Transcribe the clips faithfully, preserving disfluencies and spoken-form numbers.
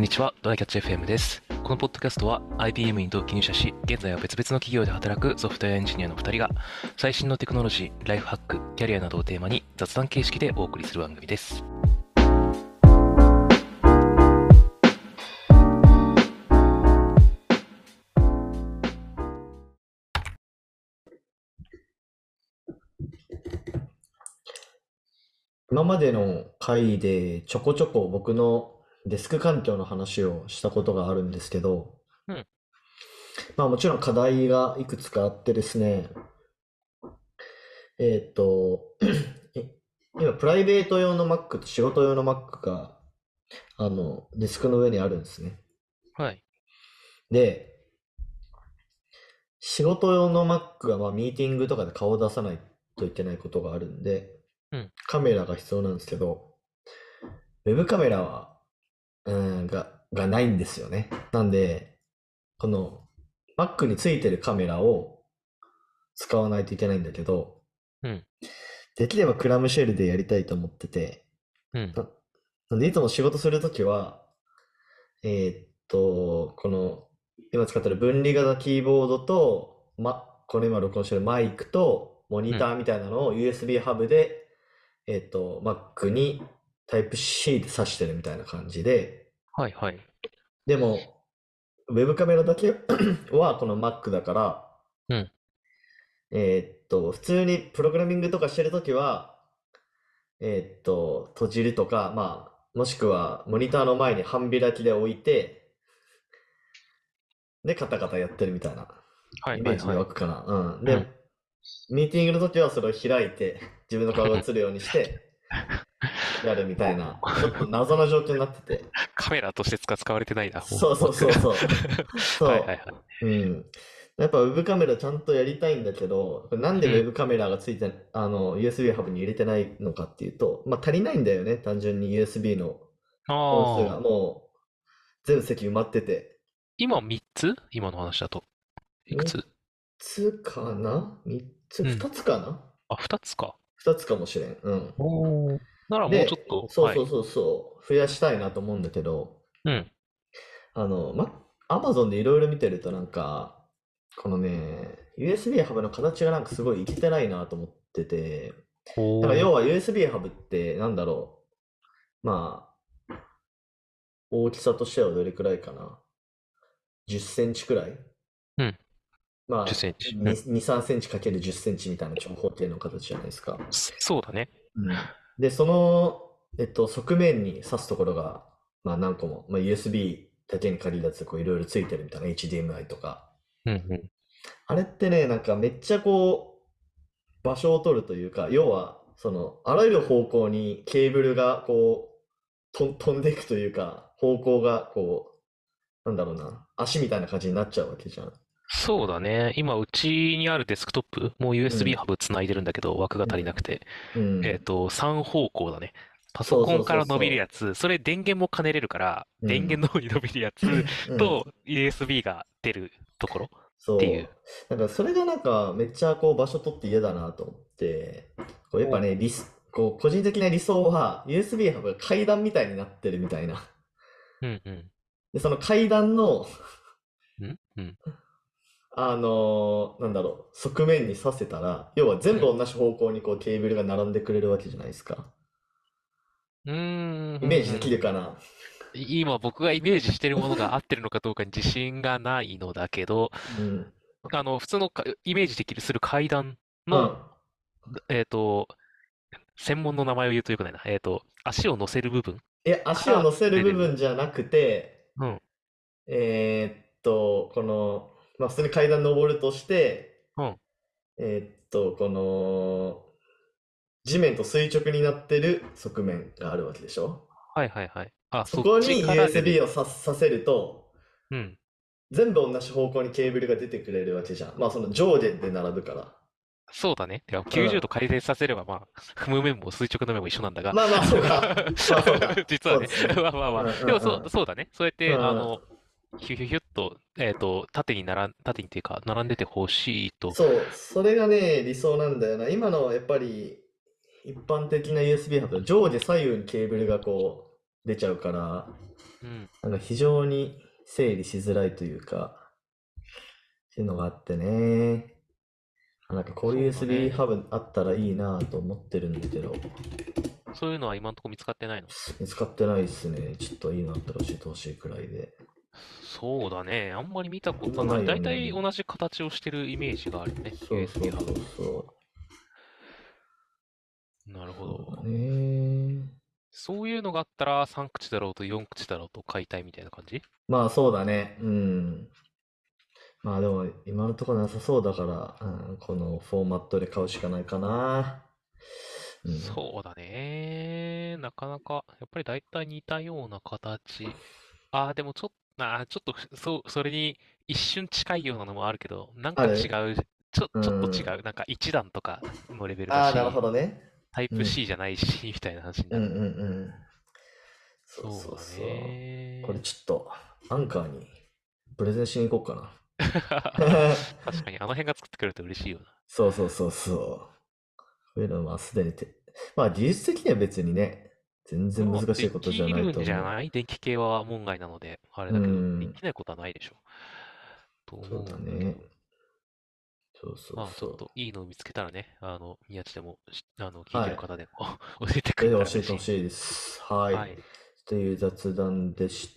んにちは、ドライキャッチ エフエム です。このポッドキャストは アイビーエム に同期入社し、現在は別々の企業で働くソフトウェアエンジニアのふたりが、最新のテクノロジー、ライフハック、キャリアなどをテーマに雑談形式でお送りする番組です。 今までの回でちょこちょこ僕のデスク環境の話をしたことがあるんですけど、 うん。 まあもちろん課題がいくつかあってですね、えーっと、え今プライベート用の Mac と仕事用の Mac があのデスクの上にあるんですね。 はい。 で、仕事用の Mac がまあミーティングとかで顔を出さないといけないことがあるんで、 うん。 カメラが必要なんですけど、ウェブカメラは、うん、が、がないんですよね。なんで、この Mac についてるカメラを使わないといけないんだけど、 うん。 できればクラムシェルでやりたいと思ってて、 うん。 ななんでいつも仕事するときは、えーっと、この今使ってる分離型キーボードと、ま、これ今録音してるマイクとモニうん。 ターみたいなのを ユーエスビー ハブで、えーっと、Mac にタイプ C で挿してるみたいな感じで、 はいはい。 でも、ウェブカメラだけはこの Mac だから、 うん。 えーっと、普通にプログラミングとかしてるときは、えーっと、閉じるとか、まあ、もしくはモニターの前に半開きで置いて、で、カタカタやってるみたいなはいイメージにはいはい。 湧くかな。うん。 うん。 で、ミーティングの時はそれを開いて、自分の顔が映るようにしてやるみたいな、ちょっと謎な状況になってて。 カメラとして使使われてないな、もうそうそう Mac が。 そうそう。 はいはいはい。 そう。うん。やっぱウェブカメラちゃんとやりたいんだけど、これなんでウェうん。 ブカメラがついて、あの、ユーエスビー ハブに入れてないのかっていうと、まあ足りないんだよね、単純に ユーエスビー の本数がああ。 もう全席埋まってて。 今みっつ今の話だと。いく 3 つ？ つかな？ みっ つ？ うん。 ふたつかな？ あ、ふたつか。 ふた つかもしれん。うん。 おー。ならもうちょっで、 と、はい。 そうそうそうそう、増やしたいなと思うんだけど、 うん。 あの、ま、Amazon でいろいろ見てるとなんか、このね、ユーエスビー ハブの形がなんかすごいいけてないなと思ってて、なんかおー。 要は ユーエスビー ハブってなんだろう。まあ、大きさとしてはどれくらいかな。じゅっセンチくらい。 うん。10セまあ、 ンチ。うに、 ん。 に、さんセンチかけるじゅっセンチみたいな長方形の形じゃないですか。 そそうだね。 うん。で、その、えっと、側面に挿すところが、まあ何個も、まあ ユーエスビー だけに限らず、こういろいろついてるみたいな エイチディーエムアイ とか。 うんうん。 あれってね、なんかめっちゃこう、場所を取るというか、要は、その、あらゆる方向にケーブルがこう、と飛んでいくというか、方向がこう、なんだろうな、足みたいな感じになっちゃうわけじゃん。 そうだね。今、うちにあるデスクトップ、もううユーエスビーん、 ハブ繋いでるんだけど、枠がうん、 足りなくて。 うん。 えっと、さん方向だね。パソそうそうそうコンから伸びるやそつ、それ電源も兼ねれるから、 う。うん、 電源の方に伸びるやつうん。 と ユーエスビー が出るところっていう。 そう。なんかそれがなんかめっちゃこう場所取って嫌だなと思って、こうやっぱお、 ね、理想、こう個人的な理想は ユーエスビー ハブが階段みたいになってるみたいな。 うんうんで、その階段の、 うんうんあのーなんだろう、側面に刺せたら、要は全部うん同じ方向にこうケーブルが並んでくれるわけじゃないですか。 うーんうんイメージできうんうん。 るかな？ 今僕がイメージしてるものが合ってるのかどうかに自信がないのだけど、 うん。 あの、普通のかイメージできるする階段の、 うん。 えっと、専門の名前を言うとよくないな。えっと、足を乗せる部分いや、 から足を乗せる部出てる。 分じゃなくて、 うん。 えーっと、この、まあ普通に階段登るとして、 うん。 えーっと、この、地面と垂直になってる側面があるわけでしょ？ はいはいはい。あ、そっちそこにから出てユーエスビーる。 をささせると、 うん。 全部同じ方向にケーブルが出てくれるわけじゃん。まあその上下で並ぶから。 そうだね。てかうん。 きゅうじゅうど回転させれば、まあ、踏む面も垂直の面も一緒なんだが、 まあまあ、そうか。まあそうか。 実はね、 そうですね。 まあまあまあ。 うんうんでもそう、そうだね。そうやっうん。 て、あの、 うん。 ヒュヒュヒュッと、えっと、縦にならん、縦にっていうか、並んでてほしいと。 そう、それがね、理想なんだよな。今のやっぱり一般的な ユーエスビー ハブ、上下左右にケーブルがこう、 出ちゃうから、 うん。 なんか非常に整理しづらいというか、っていうのがあってね。なんかこういうそうだユーエスビー ハね。 ブあったらいいなと思ってるんだけど、 そういうのは今んとこ見つかってないの？ 見つかってないっすね。ちょっといいなったら教えてほしいくらいで。 そうだね。あんまり見たこあんまとない。 ないよね。 だいたい同じ形をしてるイメージがあるよね。 そうそうユーエスビー ハそうブ。 そなるう。そうだほど。 ね。 そういうのがあったらさん口だろうとよん口だろうと買いたいみたいな感じ？ まあそうだね。うん。まあでも今のところなさそうだから、うん、このフォーマットで買うしかないかな。うん。 そうだね。なかなか、やっぱり大体似たような形。ああ、でもちょっと、あーちょっと、そう、それに一瞬近いようなのもあるけど、なんか違ある。 う、ちょ、 うちょっとん。 違う。なんか一段とかのレベルだああ、なるほし、 どね。 タイプうん。 C じゃないし、みたいな話になる。 うんうんうん。そうそうそうだそう。これね。 ちょっと、アンカーにプレゼンしに行こうかな。 確かに、あの辺が作ってくれると嬉しいよな。 そうそうそうそう。こういうのはすでにて、まあ技術的には別にね、全然まあ、 難しいでことじゃないきるんじゃと思ない？電気系は門外なので、あれう。うだけど、でん、 きないことはないでしょ。とそう思うだね。 んだけど。 そうそうまあ、ちょっそといいのを見つけたらね、あの、宮地でも、しあの、 う。 聞いはい。 てる方でも教えてくぜひれたら嬉しい。 教えてほしいです。はい。 はい。 という雑談でした。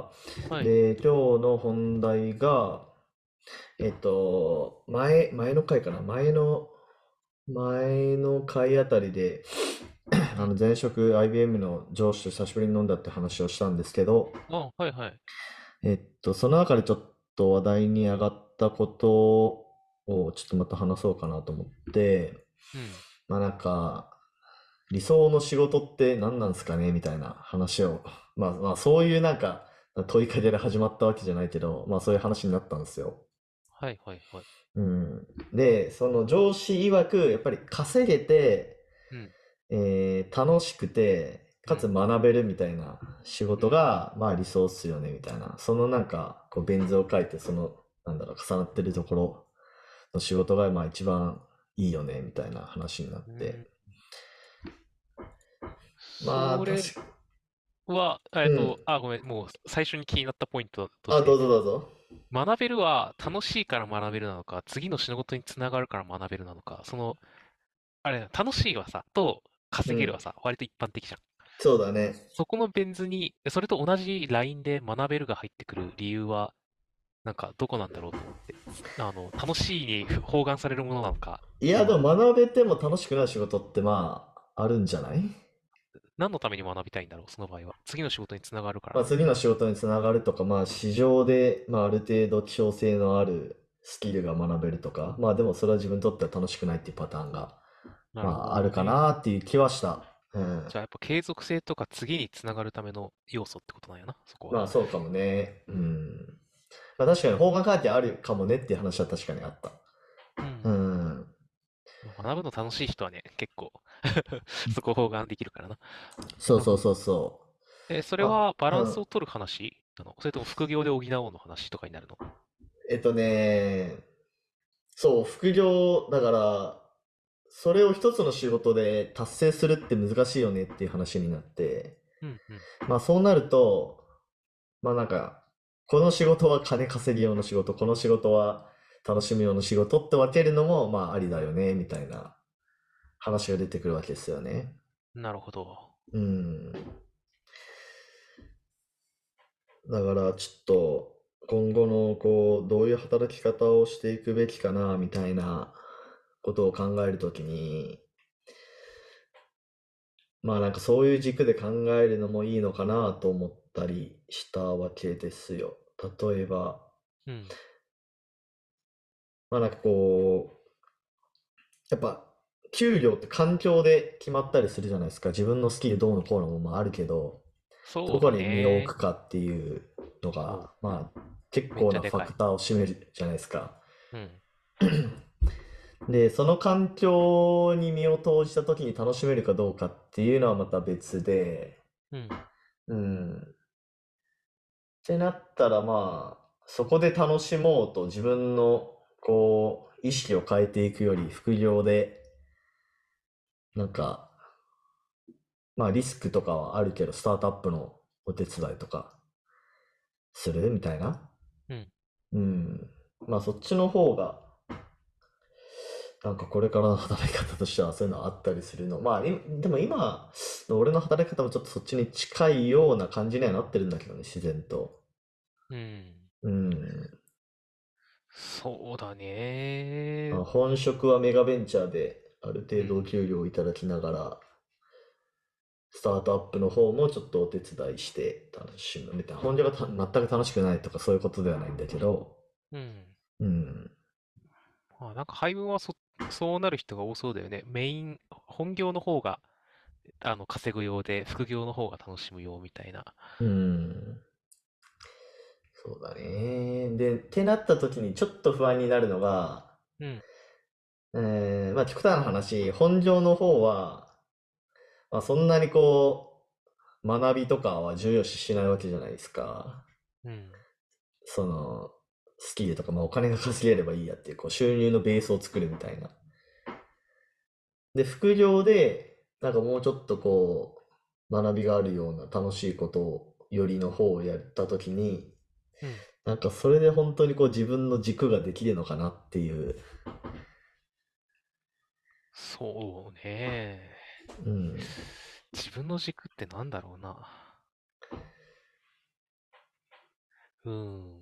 はい。 で、今日の本題が、えっと、前、前の回かな前の、前の回あたりで、 うん。 あの前職 アイビーエム の上司と久しぶりに飲んだって話をしたんですけど、 あ、はいはい。 えっと、その中でちょっと話題に上がったことをちょっとまた話そうかなと思って、 うん。 まあなんか、理想の仕事って何なんですかねみたいな話を、まあまあそういうなんか問いかけで始まったわけじゃないけど、まあそういう話になったんですよ。 はいはいはい。 うん。で、その上司曰く、やっぱり稼げて、 うん。 えー楽しくて、かつうん。 学べるみたいな仕うん。 事が、まあ理想っすよね、みたいな。そのなんか、こう、ベン図を書いて、その、なんだろう、重なってるところの仕事が、まあ一番いいよね、みたいな話になっうん。 て。まあ、 それ確か、 は、えうん。 っと、あ、ごめん、もう最初に気になったポイントとしあ、どて、 うぞどうぞ。 学べるは楽しいから学べるなのか、次の仕事につながるから学べるなのか、その、あれ、楽しいはさ、とうん。 稼げるはさ、割と一般的じゃん。 そうだね。 そこのベン図に、それと同じラインで学べるが入ってくる理由は、なんかどこなんだろうと思って。あの、楽しいに包含されるものなのか、 いや、でその、 も学べても楽しくない仕事って、まあ、あるんじゃない？ 何のために学びたいんだろう、その場合は。次の仕事につながるからまあ、 なのか。 次の仕事につながるとか、まあ、市場で、まあ、ある程度希少性のあるスキルが学べるとか、まあ、でもそれは自分にとっては楽しくないっていうパターンが、まなるほあ、あるかどね。 なっていう気はした。うん。 じゃあやっぱ継続性とか次につながるための要素ってことなんやな、そこは。 まあ、そうかもね。うん。まあ、確かに方眼関係あるかもねっていう話は確かにあった。ううん。 ん。 学ぶの楽しい人はね、結構そこ包含できるからな。 そうそうそうなるほど。 そえ、それう。まはバあ、うん。 ランスを取る話なの？それとも副業で補おうの話とかになるの？ えっとね、そう、副業、だから、それを一つの仕事で達成するって難しいよねっていう話になって、 うんうん。 まあそうなると、まあなんか、この仕事は金稼ぎ用の仕事、この仕事は楽しみ用の仕事って分けるのも、まあありだよね、みたいな話が出てくるわけですよね。 なるほど。 うん。だからちょっと、今後のこう、どういう働き方をしていくべきかな、みたいなことを考えるときに、まあなんかそういう軸で考えるのもいいのかなと思ったりしたわけですよ。例えば、 うん。 まあなんかこう、やっぱ給料って環境で決まったりするじゃないですか。自分のスキルどうのこうのもまああるけど、 そうだどこに身を置ね。 くかっていうのが、 おう、 まあ結めっ構なちゃでかい。 ファクターを占めるじゃないですか。 うん。 で、その環境に身を投じた時に楽しめるかどうかっていうのはまた別で、 うん。 うん。ってなったらまあ、そこで楽しもうと自分のこう、意識を変えていくより副業で、なんか、まあリスクとかはあるけど、スタートアップのお手伝いとかするみたいな。 うん。 うん。まあそっちの方が、なんかこれからの働き方としてはそういうのあったりするの。まあ、いでも今の俺の働き方もちょっとそっちに近いような感じにはなってるんだけどね、自然と。 うん。 うん。 そうだね。 まあ、本職はメガベンチャーである程度おうん。 給料をいただきながら、スタートアップの方もちょっとお手伝いして楽しむみたいな。本業がた全く楽しくないとかそういうことではないんだけど、 うん。 うん。 まあ、なんか配分はそ、そうなる人が多そうだよね。メイン、本業の方が、あの、稼ぐ用で、副業の方が楽しむ用みたいな。 うん。そうだね。で、ってなった時にちょっと不安になるのが、 うん。 えー、まあ極端な話、本業の方は、まあ、そんなにこう、学びとかは重要視しないわけじゃないですか。 うん。 その、スキルとか、まあお金が稼げればいいやっていう、こう収入のベースを作るみたいな。で、副業で、なんかもうちょっとこう、学びがあるような楽しいことを、よりの方をやったときに、 うん。 なんかそれで本当にこう自分の軸ができるのかなっていう。 そうね。 うん。 自分の軸ってなんだろうな。うん。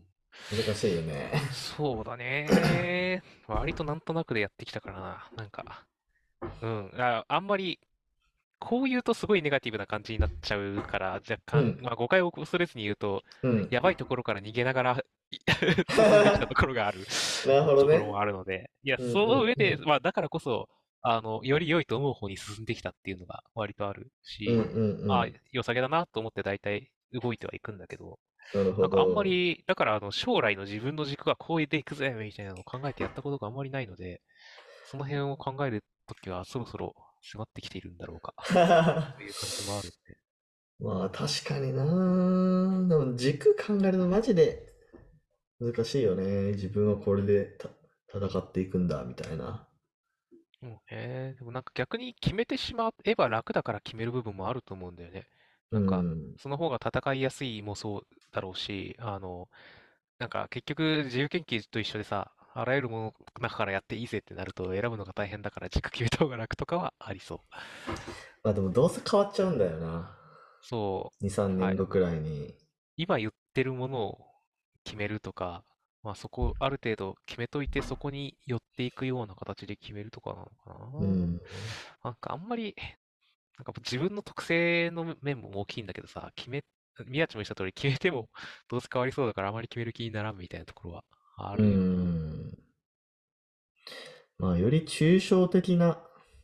難しいよね。 そうだね。割となんとなくでやってきたからな。なんか、うん。あ、あんまり、こう言うとすごいネガティブな感じになっちゃうから、若干、 うん。 まあ誤解を恐れずに言うと、 うん。 やばいところから逃げながらい進んできたところがあるなるほどね。 ところもあるので、いや、 うんうその上で、 んうん。 まあだからこそ、あの、より良いと思う方に進んできたっていうのが割とあるし、 うんうんうあ、 ん。 良さげだなと思って大体動いてはいくんだけど、 なるほなんかあんまど。 り、だからあの将来の自分の軸はこうでいくぜみたいなのを考えてやったことがあんまりないので、その辺を考えるときはそろそろ迫ってきているんだろうか、という感じもあるんで。 まあ確かにな。でも軸考えるのマジで難しいよね。自分はこれでた戦っていくんだみたいな。 もうね、でもなんか逆に決めてしまえば楽だから決める部分もあると思うんだよね。 うなんか、 ん。 その方が戦いやすいもそうだろうし、あの、なんか結局自由研究と一緒でさ、あらゆるものの中からやっていいぜってなると選ぶのが大変だから軸決めた方が楽とかはありそう。 まあでもどうせ変わっちゃうんだよな。 そに、3 う。はい。 年後くらいに。 今言ってるものを決めるとか、まあそこある程度決めといてそこに寄っていくような形で決めるとかなのかうん。 な。なんかあんまり、なんか自分の特性の面も大きいんだけどさ、決め、宮地も言った通り決めてもどうせ変わりそうだからあまり決める気にならんみたいなところはあうるよ。 ん。まあより抽象的な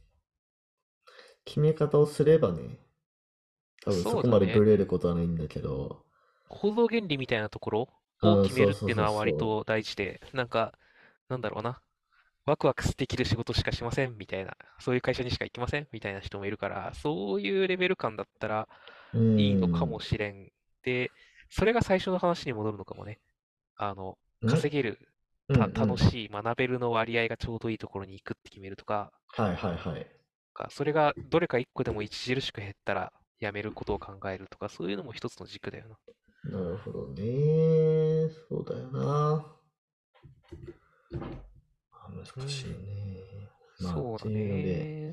決め方をすればね、多分そこまでそうだね。 ブレることはないんだけど。 構造原理みたいなところをうん、 決めそうそうそうるっていうのは割そと大事で、なんか、なんだろうな。ワクワクできる仕事しかしませんみたいな、そういう会社にしか行きませんみたいな人もいるから、そういうレベル感だったらう。ういいのかん。 もしれん。で、それが最初の話に戻るのかもね。あの、 ん稼げる、 うんうた、楽ん。 しい、学べるの割合がちょうどいいところに行くって決めるとか、 はいはいはい。 かそれがどれか一個でも著しく減ったらやめることを考えるとか、そういうのも一つの軸だよな。 なるほどね。そうだよな。あ、難しいうん、 ね。まあ、ってそうだいうので、 ね。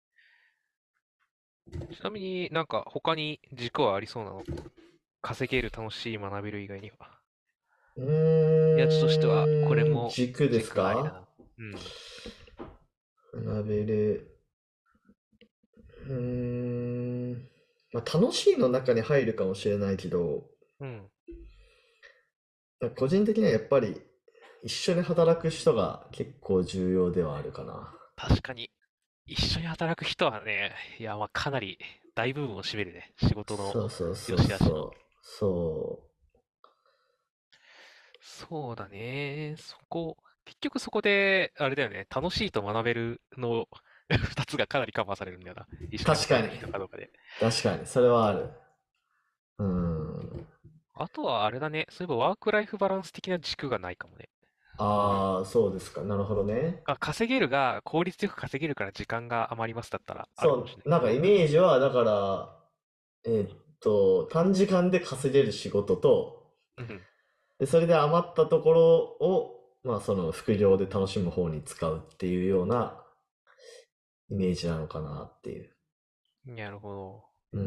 ちなみになんか他に軸はありそうなの？稼げる楽しい学べる以外には。 うやつとしては、これーん、 も軸ですか？ 軸ありだな。うん。 学べる。うーん、まあ、楽しいの中に入るかもしれないけど、 うん。 なんか個人的にはやっぱり一緒に働く人が結構重要ではあるかな。 確かに、一緒に働く人はね、いや、まあかなり大部分を占めるね。仕事のそうそうそ良うし悪しの。 そう。そそうだね。そこ、結局そこで、あれだよね。楽しいと学べるの二つがかなりカバーされるんだよな。一う。 緒に確かに。 働く人かどうかで。 確かに。それはある。うーん。 あとはあれだね。そういえばワークライフバランス的な軸がないかもね。 ああ、そうですか。なるほどね。 あ、稼げるが、効率よく稼げるから時間が余りますだったらあるかもしそう、なんかイれないけど。 メージは、だから、えーっと、短時間で稼げる仕事と、 うん。 で、それで余ったところを、まあ、その副業で楽しむ方に使うっていうようなイメージなのかなっていう。 なるほど。 うん。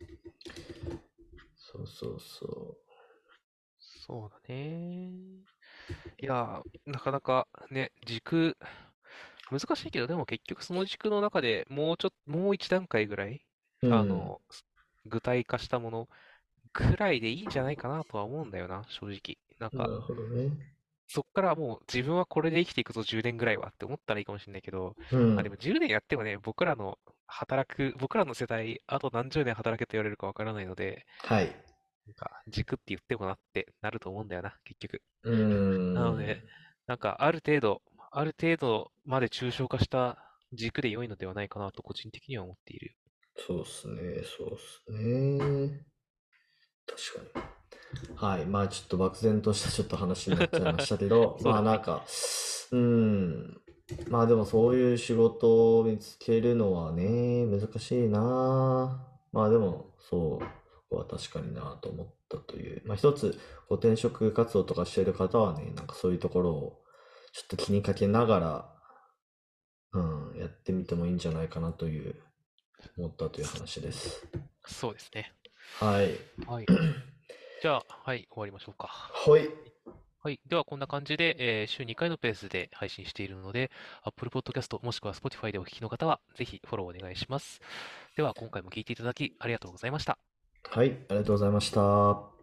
そうそうそそうだね。いやー、なかなかね、軸、難しいけど、でも結局その軸の中でもうちょっと、もう一段階ぐらい、 う。うん。 あの、具体化したものぐらいでいいんじゃないかなとは思うんだよな、正直。なんか、 なるほどね。 そっからもう自分はこれで生きていくぞじゅうねんぐらいはって思ったらいいかもしれないけど、まあでうん。 もじゅうねんやってもね、僕らの働く、僕らの世代、あと何十年働けと言われるかわからないので、 はい。 なんか軸って言ってもなってなると思うんだよな、結局。 うーなので、 ん。 なんかある程度、ある程度まで抽象化した軸で良いのではないかなと個人的には思っている。 そうっすね。そうっすね。確かに。はい。まあちょっと漠然としたちょっと話になっちゃいましたけど、 そうだね。 まあなんか、うーん。まあでもそういう仕事を見つけるのはね、難しいな。まあでも、そう、そこは確かになと思ったという。まあ一つ、こう転職活動とかしてる方はね、なんかそういうところをちょっと気にかけながら、うん、やってみてもいいんじゃないかなという、思ったという話です。 そうですね。 はい。 はい。じゃあ、はい、終わりましょうか。 ほい。 はい。では、こんな感じで、えー週にかいのペースで配信しているので、Apple Podcast もしくは Spotify でお聞きの方は、ぜひフォローお願いします。では、今回も聞いていただきありがとうございました。 はい、ありがとうございました。